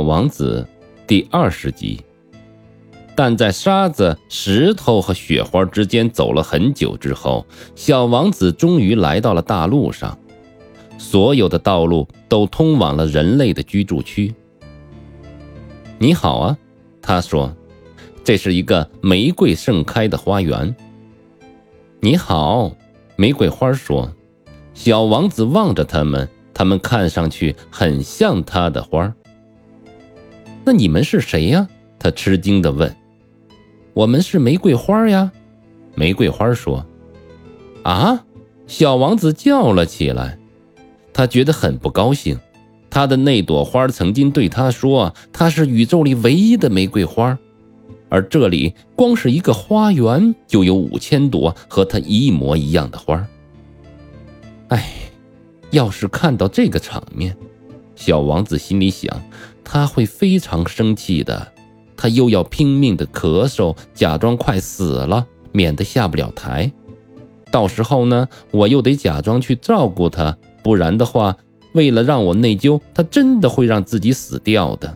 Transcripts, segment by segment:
王子第20集。但在沙子、石头和雪花之间走了很久之后，小王子终于来到了大陆上。所有的道路都通往了人类的居住区。你好啊，他说，这是一个玫瑰盛开的花园。你好，玫瑰花说。小王子望着它们，它们看上去很像他的花。那你们是谁呀？他吃惊地问。我们是玫瑰花呀，玫瑰花说。啊！小王子叫了起来，他觉得很不高兴。他的那朵花曾经对他说，他是宇宙里唯一的玫瑰花，而这里光是一个花园就有5000朵和他一模一样的花。哎，要是看到这个场面，小王子心里想，他会非常生气的。他又要拼命的咳嗽，假装快死了，免得下不了台。到时候呢，我又得假装去照顾他，不然的话，为了让我内疚，他真的会让自己死掉的。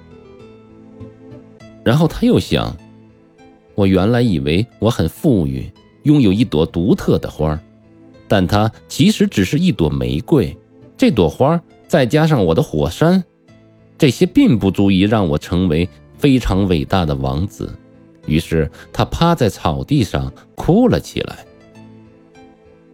然后他又想，我原来以为我很富裕，拥有一朵独特的花，但它其实只是一朵玫瑰。这朵花再加上我的火山，这些并不足以让我成为非常伟大的王子。于是他趴在草地上哭了起来。